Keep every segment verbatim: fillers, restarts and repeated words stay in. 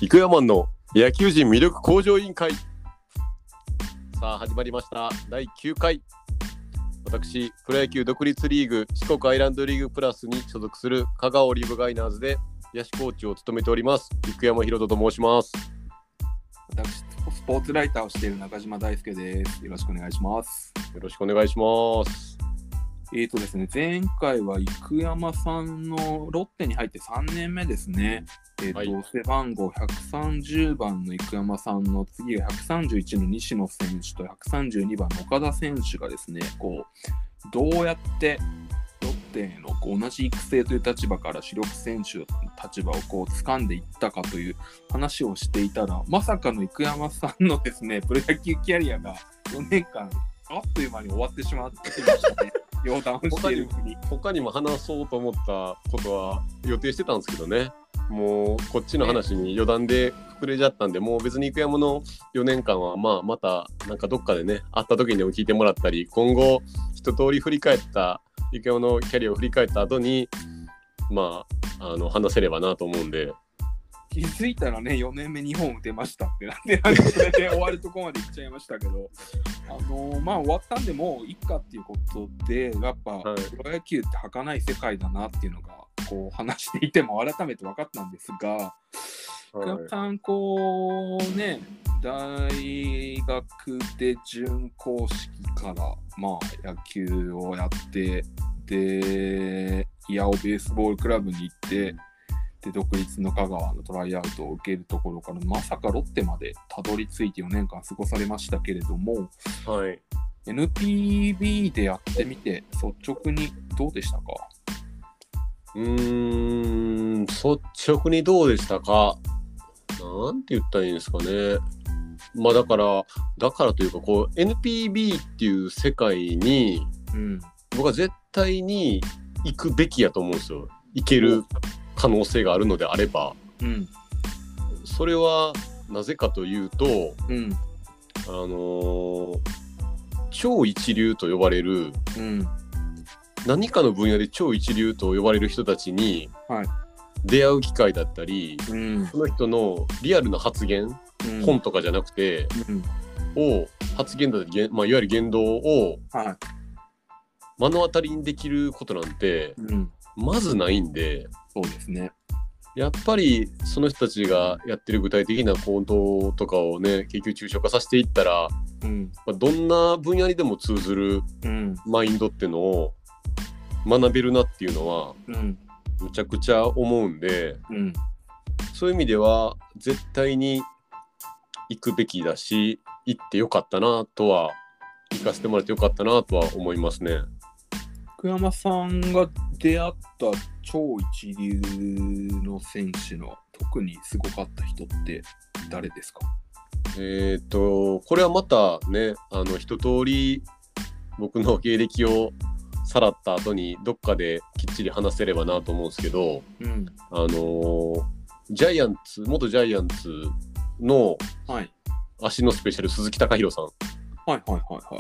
イクヤマンの野球人魅力向上委員会。さあ始まりましただいきゅうかい。私プロ野球独立リーグ四国アイランドリーグプラスに所属する香川オリーブガイナーズで野手コーチを務めております生山博人と申します。 私スポーツライターをしている中島大輔です。よろしくお願いします。 よろしくお願いします。 えーとですね、前回は生山さんのロッテに入ってさんねんめですね。えーと、はい、背番号ひゃくさんじゅうばんの生山さんの次がひゃくさんじゅういちの西野選手とひゃくさんじゅうにばんの岡田選手がですね、こうどうやってロッテのこう同じ育成という立場から主力選手の立場をこう掴んでいったかという話をしていたら、まさかの生山さんのですねプロ野球キャリアがよねんかんあっという間に終わってしまってましたね。予断をしている国。 他にも話そうと思ったことは予定してたんですけどね、もうこっちの話に余談で膨れちゃったんで、もう別に生山のよねんかんはまあまたなんかどっかでね会った時にでも聞いてもらったり、今後一通り振り返った生山のキャリアを振り返った後にまああの話せればなと思うんで。 気づいたらねよねんめにほん打てましたってなんでなんかそれで終わるとこまで行っちゃいましたけどあのー、まあ終わったんでもういっかっていうことで、やっぱ、はい、プロ野球って儚い世界だなっていうのがこう話していても改めて分かったんですが、福山さんこうね大学で準硬式からまあ野球をやってで八尾ベースボールクラブに行ってで独立の香川のトライアウトを受けるところからまさかロッテまでたどり着いてよねんかん過ごされましたけれども、 はい、 エヌピービー でやってみて率直にどうでしたか？ うーん率直にどうでしたかなんて言ったらいいんですかね。まあだからだからというかこう エヌピービー っていう世界に、うん、僕は絶対に行くべきやと思うんですよ。行ける可能性があるのであれば、うん、それはなぜかというと、うん、あのー、超一流と呼ばれる、うん、何かの分野で超一流と呼ばれる人たちに出会う機会だったり、うん、その人のリアルな発言、うん、本とかじゃなくて、うん、を発言だったり、まあ、いわゆる言動を目の当たりにできることなんて、うん、まずないんで。 そうですね。 やっぱりその人たちがやってる具体的な行動とかをね研究抽象化させていったら、うんまあ、どんな分野にでも通ずるマインドっていうのを学べるなっていうのは、うん、むちゃくちゃ思うんで、うん、そういう意味では絶対に行くべきだし行ってよかったなとは行かせてもらってよかったなとは思いますね。 福山さんが出会った超一流の選手の特にすごかった人って誰ですか？ えっとこれはまたねあの一通り僕の経歴をさらった後にどっかできっちり話せればなと思うんですけど、うん、あのジャイアンツ元ジャイアンツの足のスペシャル鈴木貴弘さん、 はいはいはいはい、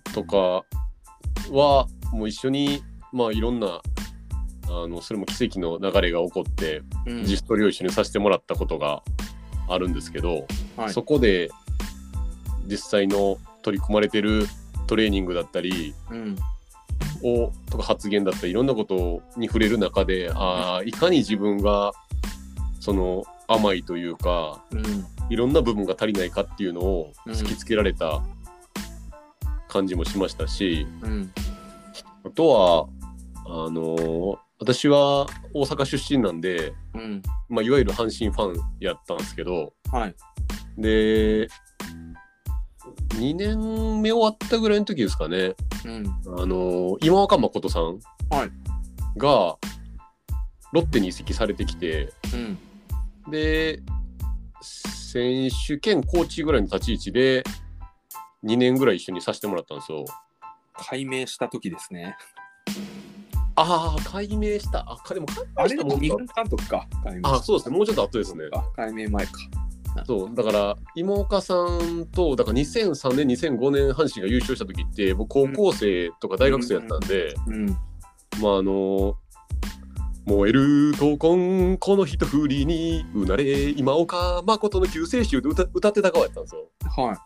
とかはもう一緒にまあいろんなあのそれも奇跡の流れが起こって、うん、自主トレを一緒にさせてもらったことがあるんですけど、はい、そこで実際の取り組まれてるトレーニングだったり、うん、をとか発言だったりいろんなことに触れる中で、あいかに自分がその甘いというか、うん、いろんな部分が足りないかっていうのを突きつけられた感じもしましたし、うん、あとはあのー、私は大阪出身なんで、うんまあ、いわゆる阪神ファンやったんですけど、はい、でにねんめ終わったぐらいの時ですかね、うん、あのー、今岡誠さんがロッテに移籍されてきて、うん、で選手兼コーチぐらいの立ち位置でにねんぐらい一緒にさせてもらったんですよ。 改名した時ですね。 ああ改名したあかでも改名したあれでもにぐん監督か改名あそうですねもうちょっと後ですね。 改名前か。 そうだから今岡さんとだからにせんさんねんにせんごねん阪神が優勝した時って僕高校生とか大学生やったんで、うんうんうん、まああの燃える闘魂この一振りにうなれ今岡誠の救世主で 歌, 歌ってた側やったんですよ。 はい。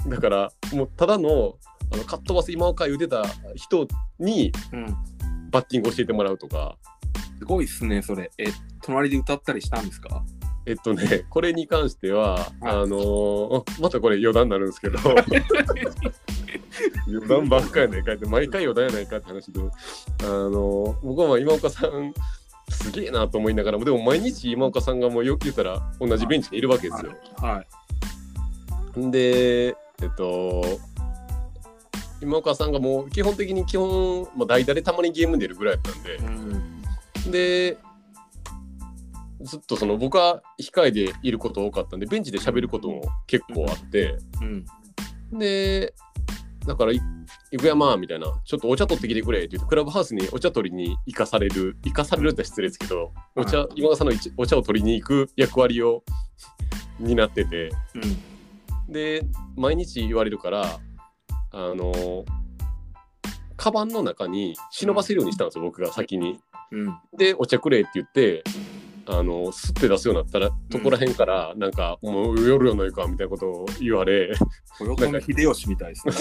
だからもうただのあのかっ飛ばす今岡言うてた人にバッティング教えてもらうとか、 うん、すごいっすねそれ。え隣で歌ったりしたんですか？ えっとねこれに関しては、はい、あのー、またこれ余談になるんですけど余談ばっかりやないかって毎回余談やないかって話で、あのー、僕はまあ今岡さんすげえなと思いながらもでも毎日今岡さんがもうよく言ったら同じベンチにいるわけですよ。 はい。はいはい、でえっと今岡さんがもう基本的に基本、まあ、代打でたまにゲーム出るぐらいだったんで、うん、でずっとその僕は控えでいること多かったんでベンチで喋ることも結構あって、うんうん、でだから生山みたいなちょっとお茶取ってきてくれって言ってクラブハウスにお茶取りに行かされる行かされるって失礼ですけど、うん、お茶今岡さんのお茶を取りに行く役割を担ってて、うん、で毎日言われるからあのカバンの中に忍ばせるようにしたんですよ、うん、僕が先に、うん、でお茶くれって言ってあのスッて出すようになったら、うん、とこらへんからなんかもう夜やないかみたいなことを言われ豊臣秀吉みたいですね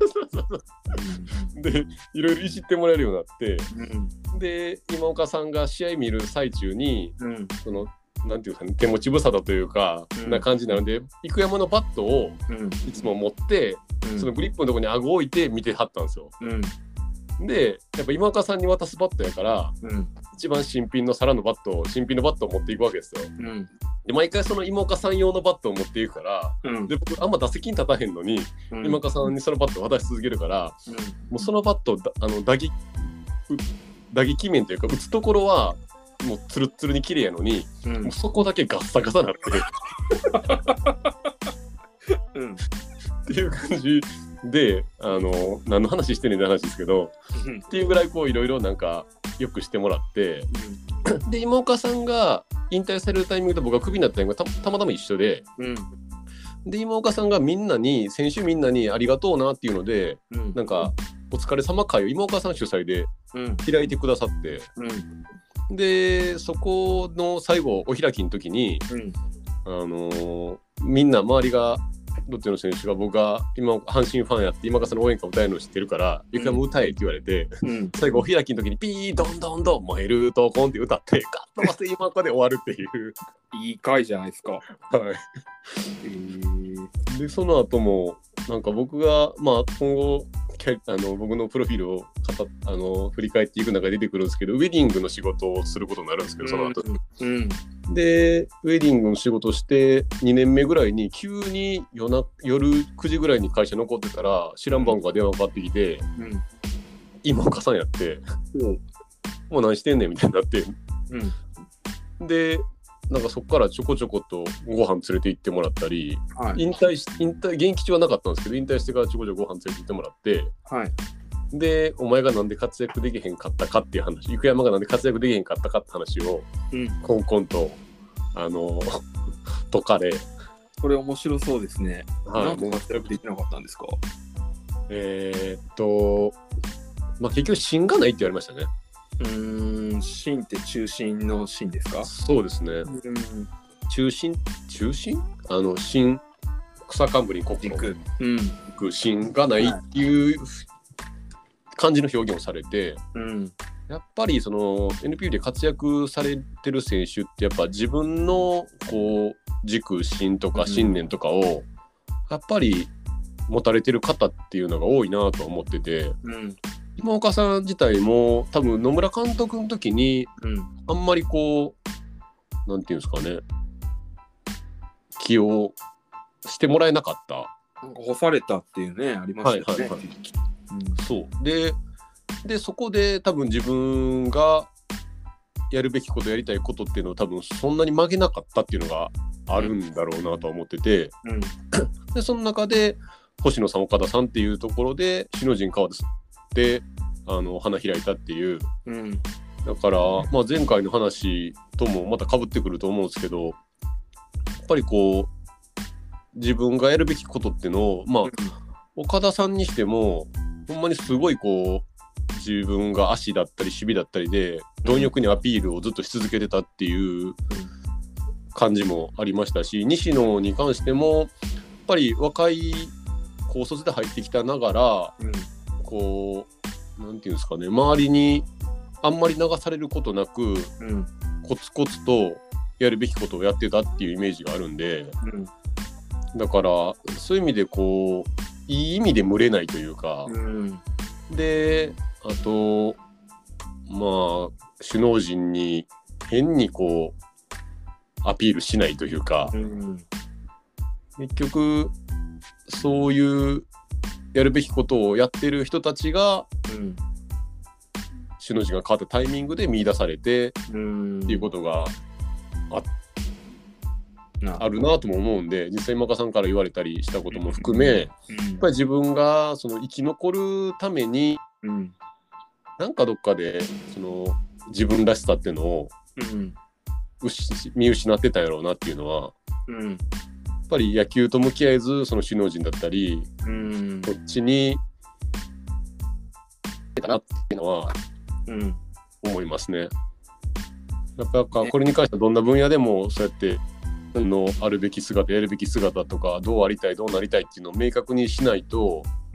でいろいろいじってもらえるようになって、うん、で今岡さんが試合見る最中に、うん、そのなんていうか、ね、手持ち無沙汰というか、うん、な感じなので生山のバットをいつも持って、うん、そのグリップのところに顎を置いて見てはったんですよ、うん、でやっぱ今岡さんに渡すバットやから、うん、一番新品の皿のバットを新品のバットを持っていくわけですよ、うん、で毎回その今岡さん用のバットを持っていくから、うん、で僕あんま打席に立たへんのに、うん、今岡さんにそのバットを渡し続けるから、うん、もうそのバットをあの打撃打撃面というか打つところはもうツルッツルに綺麗やのに、うん、もうそこだけガッサガサなって、うん、っていう感じであの何の話してんねんって話ですけど、うん、っていうぐらいこういろいろなんかよくしてもらって、うん、で今岡さんが引退されるタイミングと僕がクビになったタイミングが た, たまたま一緒で、うん、で今岡さんがみんなに選手みんなにありがとうなっていうので、うん、なんかお疲れ様会を今岡さん主催で開いてくださって、うんうん、でそこの最後お開きの時に、うん、あのー、みんな周りがロッテの選手が僕が今阪神ファンやって今岡さんの応援歌歌えるの知ってるからゆきやも歌えって言われて、うん、最後お開きの時にピードンドンドン燃えるとコンって歌ってガッとませ今岡で終わるっていういい回じゃないですか。はい、 えー、でその後もなんか僕がまあ今後あの僕のプロフィールをあの振り返っていく中で出てくるんですけどウェディングの仕事をすることになるんですけどその後、うんうん、でウェディングの仕事をしてにねんめぐらいに急に 夜, な夜くじぐらいに会社残ってたら知らん番号が電話かかってきて、うん、今岡さんやって、うん、もう何してんねんみたいになって、うん、でなんかそこからちょこちょことご飯連れて行ってもらったり、はい、引退し引退現役中はなかったんですけど引退してからちょこちょこご飯連れて行ってもらって、はい、でお前がなんで活躍できへんかったかっていう話生山がなんで活躍できへんかったかって話を、うん、コンコンとあの解かれこれ面白そうですね。はい、なんで活躍できなかったんですか？ えー、っとまあ結局芯がないって言われましたね。 うーん芯って中心の芯ですか？ そうですね。うん中心中心あの芯草冠にこくの芯がないっていう感じの表現をされて、うん、やっぱりその エヌピーユー で活躍されてる選手ってやっぱ自分のこう軸芯とか信念とかをやっぱり持たれてる方っていうのが多いなと思ってて、うん、今岡さん自体も多分野村監督の時に、うん、あんまりこうなんていうんですかね起用してもらえなかった。 なんか干されたっていうねありましたよね。はいはいはいうん、そうででそこで多分自分がやるべきことやりたいことっていうのを多分そんなに曲げなかったっていうのがあるんだろうなと思ってて、うん、でその中で星野さん岡田さんっていうところで篠陣川であの花開いたっていう、うん、だから、まあ、前回の話ともまた被ってくると思うんですけどやっぱりこう自分がやるべきことっていうのをまあ、うん、岡田さんにしてもほんまにすごいこう自分が足だったり守備だったりで貪欲にアピールをずっとし続けてたっていう感じもありましたし、西野に関してもやっぱり若い高卒で入ってきたながら、うん、こうなんていうんですかね、周りにあんまり流されることなく、うん、コツコツとやるべきことをやってたっていうイメージがあるんで、うん、だからそういう意味でこういい意味で群れないというか、うん、であとまあ首脳陣に変にこうアピールしないというか、うん、結局そういうやるべきことをやってる人たちが、うん、首脳陣が変わったタイミングで見出されて、うん、っていうことが あ, あるなとも思うんで、実際今岡さんから言われたりしたことも含め、うん、やっぱり自分がその生き残るために、うん、なんかどっかでその自分らしさっていうのを、うん見失ってたやろうなっていうのは、うん、やっぱり野球と向き合えずその首脳陣だったり、うん、こっちに出たなっていうのは、うん、思いますね。やっぱりこれに関してはどんな分野でもそうやってのあるべき姿やるべき姿とかどうありたいどうなりたいっていうのを明確にしないと、うん、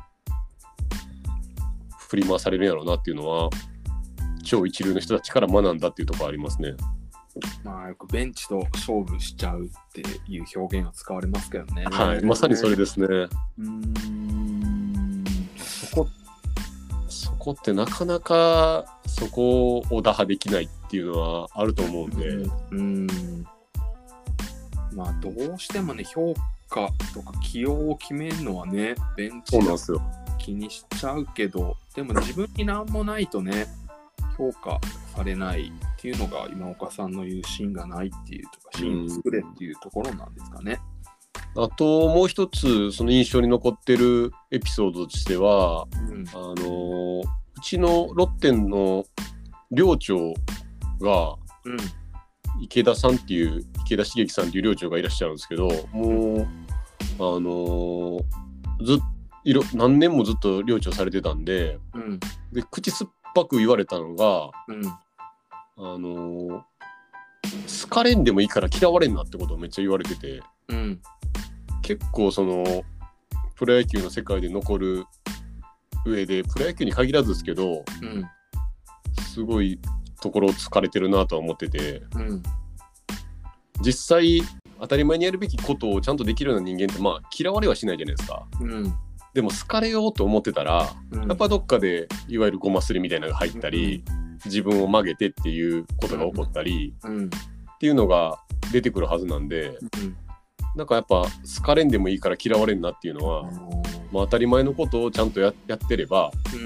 振り回されるんやろうなっていうのは超一流の人たちから学んだっていうところありますね。 まあよくベンチと勝負しちゃうっていう表現が使われますけどね。 はい、まさにそれですね。うーんそこそこってなかなかそこを打破できないっていうのはあると思うんで、うんうんまあどうしてもね評価とか起用を決めるのはねベンチが気にしちゃうけど、でも自分に何もないとね評価されないっていうのが今岡さんの言う芯がないっていうとか芯作れっていうところなんですかね。 あともう一つその印象に残ってるエピソードとしては、うん、あのうちのロッテンの寮長が、うん、池田さんっていう池田茂樹さんっていう寮長がいらっしゃるんですけど、もうあのずっいろ何年もずっと寮長されてたんで、うん、で口酸っぱく言われたのが、うん、あの好かれんでもいいから嫌われんなってことをめっちゃ言われてて、うん、結構そのプロ野球の世界で残る上でプロ野球に限らずですけど、うん、すごいところを突かれてるなとは思ってて、うん、実際当たり前にやるべきことをちゃんとできるような人間ってまあ嫌われはしないじゃないですか、うん、でも好かれようと思ってたら、うん、やっぱどっかでいわゆるごますりみたいなのが入ったり、うん、自分を曲げてっていうことが起こったり、うん、っていうのが出てくるはずなんで、うん、なんかやっぱ好かれんでもいいから嫌われんなっていうのは、うんまあ、当たり前のことをちゃんと や, やってれば、うん、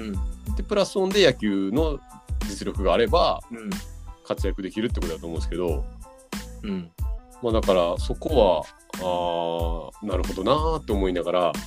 でプラスオンで野球の実力があれば、うん、活躍できるってことだと思うんですけど、うんまあ、だからそこはあなるほどなーって思いながら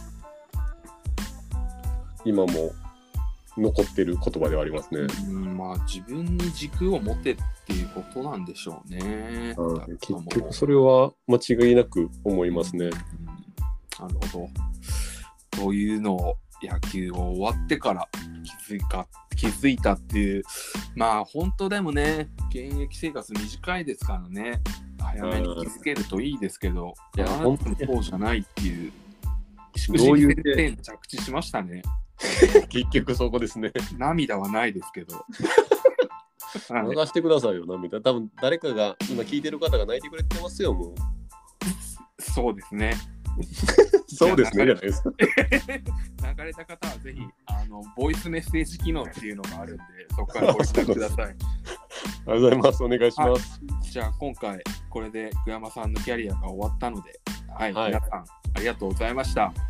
今も残ってる言葉ではありますね。 うんまあ自分に軸を持てっていうことなんでしょうね。 結局それは間違いなく思いますね。うん、なるほど。そういうのを野球を終わってから気づいた気づいたっていう、まあ本当でもね現役生活短いですからね早めに気づけるといいですけど、いや本当にそうじゃないっていうどういう点着地しましたね。 結局そこですね。 涙はないですけど流してくださいよ涙。多分誰かが今聞いてる方が泣いてくれてますよ。もうそうですねそうですねじゃないですか流れた方はぜひあのボイスメッセージ機能っていうのがあるんでそこからご覧ください。ありがとうございます。お願いします。 じゃあ今回これで桑山さんのキャリアが終わったので、はい、はい、皆さんありがとうございました。